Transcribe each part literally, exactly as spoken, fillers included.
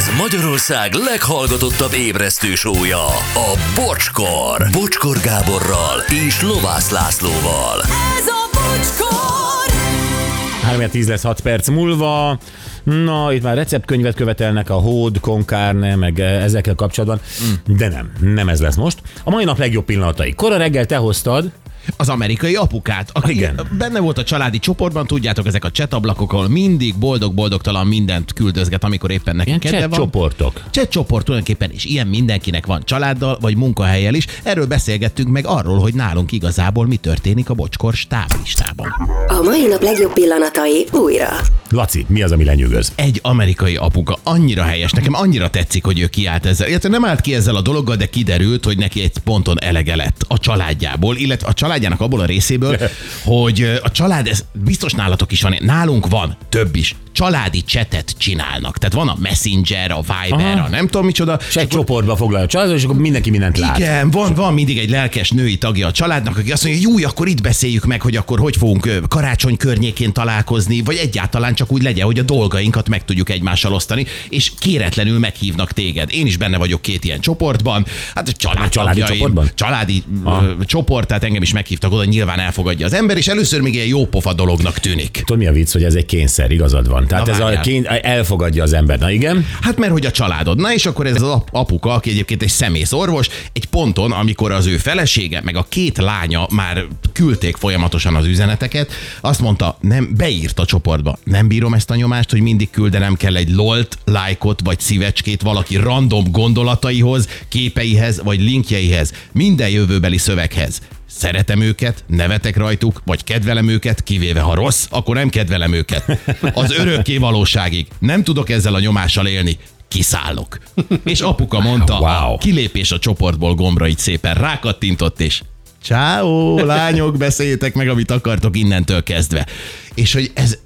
Ez Magyarország leghallgatottabb ébresztő show-ja, a Bocskor. Bocskor Gáborral és Lovász Lászlóval. Ez a Bocskor! három tíz lesz hat perc múlva. Na, itt már receptkönyvet követelnek a hód, konkárne, meg ezekkel kapcsolatban. Mm. De nem, nem ez lesz most. A mai nap legjobb pillanatai. Kora reggel te hoztad az amerikai apukát, aki igen. benne volt a családi csoportban, tudjátok, ezek a csetablakok, ahol mindig boldog-boldogtalan mindent küldözget, amikor éppen neki kedve van. Csoportok. Chatcsoport tulajdonképpen is ilyen mindenkinek van, családdal vagy munkahellyel is. Erről beszélgettünk meg arról, hogy nálunk igazából mi történik a Bocskor stáblistában. A mai nap legjobb pillanatai újra. Laci, mi az, ami lenyűgöz? Egy amerikai apuka annyira helyes, nekem annyira tetszik, hogy ő kiállt ezzel. Illetve nem állt ki ezzel a dologgal, de kiderült, hogy neki egy ponton elege lett a családjából, illetve a családjának abból a részéből, hogy a család, ez biztos nálatok is van, nálunk van több is. Családi csetet csinálnak. Tehát van a Messenger, a Viber, a nem tudom micsoda. És egy csoportba foglalja a család, és akkor mindenki mindent lát. Igen, van, van mindig egy lelkes női tagja a családnak, aki azt mondja, hogy jó, akkor itt beszéljük meg, hogy akkor hogy fogunk karácsony környékén találkozni, vagy egyáltalán csak úgy legyen, hogy a dolgainkat meg tudjuk egymással osztani, és kéretlenül meghívnak téged. Én is benne vagyok két ilyen csoportban. Hát a család családi tagjaim, csoportban? Családi uh, csoport, tehát engem is meghívtak oda, nyilván elfogadja az ember, és először még ilyen jópofa dolognak tűnik. Tudod, mi a vicc, hogy ez egy kényszer, igazad van. Tehát Na, ez a kény, elfogadja az ember. Na igen? Hát mert hogy a családod. Na és akkor ez az apuka, aki egyébként egy szemészorvos, egy ponton, amikor az ő felesége, meg a két lánya már küldték folyamatosan az üzeneteket, azt mondta, nem, beírt a csoportba. Nem bírom ezt a nyomást, hogy mindig küldenem kell egy lolt, lájkot vagy szívecskét valaki random gondolataihoz, képeihez vagy linkjeihez, minden jövőbeli szöveghez. Szeretem őket, nevetek rajtuk, vagy kedvelem őket, kivéve ha rossz, akkor nem kedvelem őket. Az örökké valóságig. Nem tudok ezzel a nyomással élni. Kiszállok. És apuka mondta, wow. A kilépés a csoportból gombra így szépen rákattintott, és ciao, lányok, beszéljétek meg, amit akartok innentől kezdve. És hogy ez...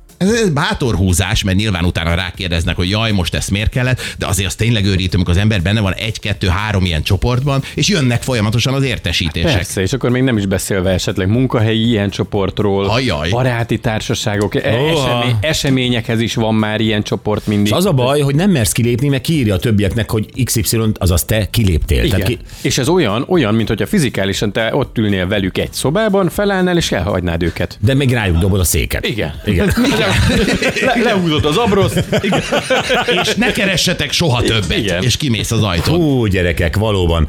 Ez bátor húzás, mert nyilván utána rákérdeznek, hogy jaj, most ezt miért kellett, de azért az tényleg őrítő, amikor az ember benne van egy, kettő, három ilyen csoportban, és jönnek folyamatosan az értesítések. Persze, és akkor még nem is beszélve esetleg munkahelyi ilyen csoportról, Ajaj. baráti társaságok, Oh. esemény, eseményekhez is van már ilyen csoport mindig. És az a baj, hogy nem mersz kilépni, mert kiírja a többieknek, hogy iksz ipszilon, azaz te kiléptél. Igen. Tehát ki... És ez olyan, olyan, mint hogyha fizikálisan te ott ülnél velük egy szobában, felállnál és elhagynád őket. De még rájuk dobod a széket. Igen. Igen. Le, lehúzod az abroszt. És ne keressetek soha többet, Igen. És kimész az ajtón. Hú, gyerekek, valóban.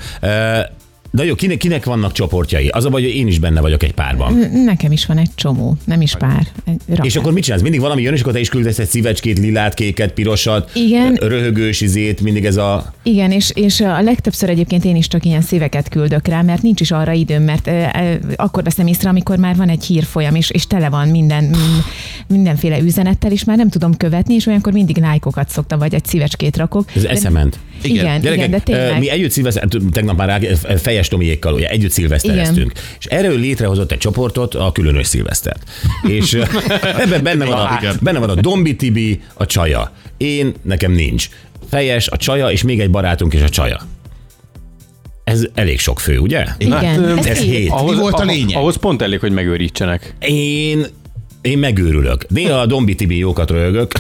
De jó, kinek, kinek vannak csoportjai? Az a baj, hogy én is benne vagyok egy párban. Nekem is van egy csomó, nem is pár. És akkor mit csinálsz? Mindig valami jön, és akkor te is küldesz egy szívecskét, lilát, kéket, pirosat, Igen. röhögős izét, mindig ez a... Igen, és, és a legtöbbször egyébként én is csak ilyen szíveket küldök rá, mert nincs is arra időm, mert e, e, akkor veszem észre, amikor már van egy hírfolyam, és, és tele van minden, mindenféle üzenettel, és már nem tudom követni, és olyankor mindig lájkokat szoktam, vagy egy szívecskét rakok. Ez eszement. Igen, igen, Gyerekek, igen, de tényleg. Mi együtt szilveszter, tegnap már rá, Fejes Tomiékkal, ugye, együtt szilvesztereztünk. És erről létrehozott egy csoportot, a különös szilvesztert. És ebben benne van, a, benne van a Dombi Tibi, a csaja. Én, nekem nincs. Fejes, a csaja, és még egy barátunk és a csaja. Ez elég sok fő, ugye? Igen, ez, ez hét. Ahhoz, Mi volt a lényeg? Ahhoz pont elég, hogy megőrítsenek. Én Én megőrülök. Néha a Dombi Tibi jókat röhögök.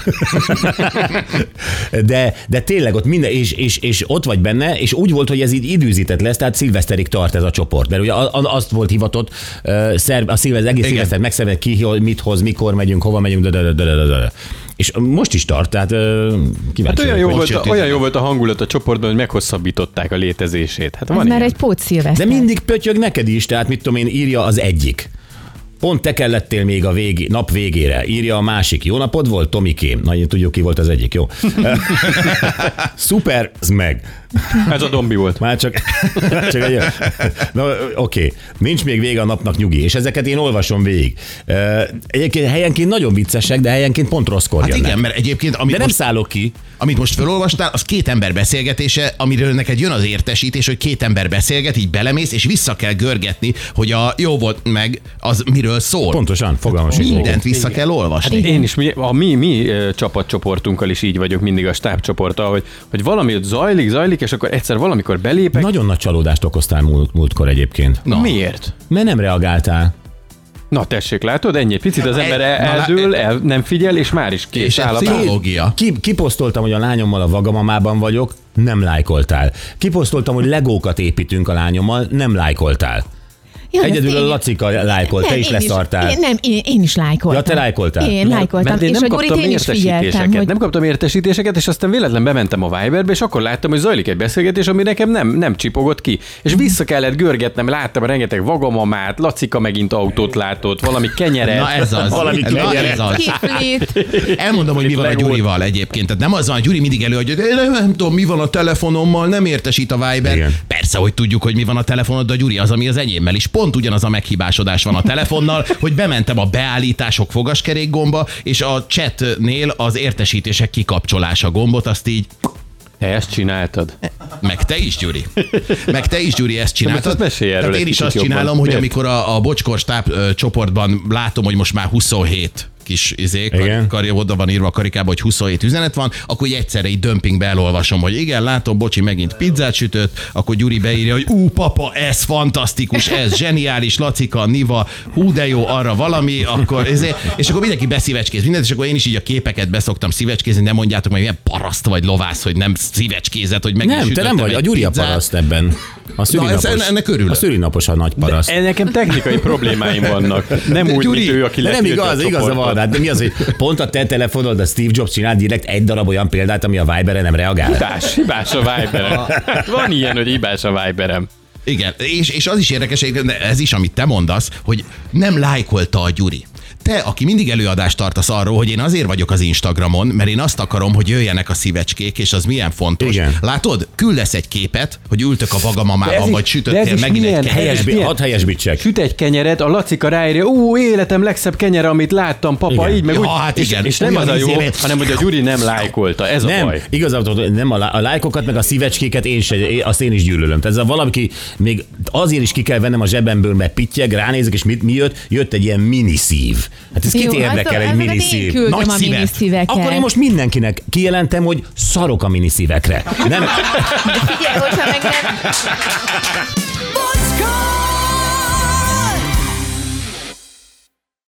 de, de tényleg ott minden, és, és, és ott vagy benne, és úgy volt, hogy ez így időzített lesz, tehát szilveszterig tart ez a csoport. Mert ugye azt volt hivatott, a szilveszter, egész szilveszter megszervezni, ki mit hoz, mikor megyünk, hova megyünk, de, de, de, de, de. És most is tart, tehát kíváncsi. Hát olyan, jó vagyok, volt, olyan jó volt a hangulat a csoportban, hogy meghosszabbították a létezését. Hát Ez van már ilyen. egy pótszilveszter. de mindig pötyög neked is, tehát mit tudom én, írja az egyik. Pont te kellettél még a végi, nap végére. Írja a másik. Jó napod volt, Tomikém? Nagyon tudjuk, ki volt az egyik, jó? Szuper, ez meg. Ez a Dombi volt. Már csak, csak egy, no, oké, okay. Nincs még vége a napnak, nyugi, és ezeket én olvasom végig. Egyébként helyenként nagyon viccesek, de helyenként pont rosszkor Hát jönnek. igen, mert egyébként, amit De nem most, szállok ki. amit most felolvastál, az két ember beszélgetése, amiről neked jön az értesítés, hogy két ember beszélget, így belemész, és vissza kell görgetni, hogy a jó volt meg, az miről szól. Pontosan, fogalmas. Mindent vissza kell olvasni. Hát én is, mi, a mi, mi ö, csapatcsoportunkkal is így vagyok mindig a stábcsoporttal, hogy, hogy valami ott zajlik, zajlik, és akkor egyszer valamikor belépek. Nagyon nagy csalódást okoztál múlt, múltkor egyébként. Na. Miért? Mert nem reagáltál. Na tessék, látod, ennyi picit az ember Na, eldől, el, nem figyel, és már is kész És ez áll a pszichológia. Ki, kiposztoltam, hogy a lányommal a Vagamamában vagyok, nem lájkoltál. Kiposztoltam, hogy legókat építünk a lányommal, nem lájkoltál. Ja, Egyedül ezt a én- Lacika lájkolt, te Nem, is én leszartál. Én, nem, én, én is lájkoltam. Ja, te lájkoltál? Én lájkoltam, Mert én és nem a Gyurit kaptam én is figyeltem, értesítéseket, hogy... nem kaptam értesítéseket, és aztán véletlen bementem a Viberbe, és akkor láttam, hogy zajlik egy beszélgetés, ami nekem nem, nem csipogott ki. És vissza kellett görgetnem, láttam rengeteg Vagamamát, Lacika megint autót látott, valami kenyeret. Na ez az. Valami Na kenyeret. ez az. Kiflit. Elmondom, hogy mi van a Legót. Gyurival egyébként. Tehát nem az van, a Gyuri mindig előadja, hogy nem, nem tudom, mi van a telefonommal, nem értesít a Viber. Igen. Persze, hogy tudjuk, hogy mi van a telefonod, de a Gyuri az, ami az enyémmel is. Pont ugyanaz a meghibásodás van a telefonnal, hogy bementem a beállítások fogaskerék gomba, és a chatnél az értesítések kikapcsolása gombot, azt így Te ezt csináltad. meg te is, Gyuri. Meg te is, Gyuri, ezt csináltad. most mesélj erről Tehát én egy is kicsit azt jobban. csinálom, hogy Miért? amikor a, a Bocskor stáb ö, csoportban látom, hogy most már huszonhét kis izék, Igen. kari, oda van írva a karikába, hogy huszonhét üzenet van, akkor így egyszerre így dömpingbe elolvasom, hogy igen, látom, Bocsi megint pizzát sütött, akkor Gyuri beírja, hogy ú, papa, ez fantasztikus, ez zseniális, Lacika, Niva, hú, de jó, arra valami, akkor ezért, és akkor mindenki beszívecskéz mindent, és akkor én is így a képeket beszoktam szívecskézni, nem mondjátok meg, milyen paraszt vagy lovász, hogy nem szívecskézet, hogy megint Nem, te nem sütöttem vagy, a egy Gyuri a pizzát. paraszt ebben. A szülinapos, ez- ennek örülök. a szülinapos a nagy paraszt. E, Nekem technikai problémáim vannak. Nem De úgy, Gyuri, mint ő, aki De nem letiltja igaz, a igaza csoportot. van, hát de mi az, hogy pont a te telefonod, a Steve Jobs csinál direkt egy darab olyan példát, ami a Viberen nem reagál. Hibás, hibás a Viberem. Van ilyen, hogy hibás a Viberem. Igen, és, és az is érdekes, de ez is, amit te mondasz, hogy nem lájkolta a Gyuri. Te, aki mindig előadást tartasz arról, hogy én azért vagyok az Instagramon, mert én azt akarom, hogy jöjjenek a szívecskék, és az milyen fontos. Igen. Látod? Küldesz egy képet, hogy ültök a De ez Vagamamában, is- vagy de sütöttél ez is megint milyen egy Helyes, Milyen? hadd helyesbítsek. Süt egy kenyeret, a Lacika ráírja, ú, életem legszebb kenyere, amit láttam, papa, Igen. így meg Ja, úgy. hát és, igen. és nem Olyan az a jó, izélet. hanem hogy a Gyuri nem lájkolta, ez a Nem, baj. igazából nem a, lá- a lájkokat, meg a szívecskéket én se, én- azt én is gyűlölöm. Tehát ez a valaki, még azért is ki kell vennem a zsebemből, mert pittyeg, ránézek, és mit, mi jött? Jött egy ilyen mini szív. Hát ez kit Jó, érdekel hát egy ezeket mini én szív? küldöm Nagy a szívet. mini szíveket. Akkor én most mindenkinek kijelentem, hogy szarok a mini szívekre. Nem, Figyelj, hogyha meg nem...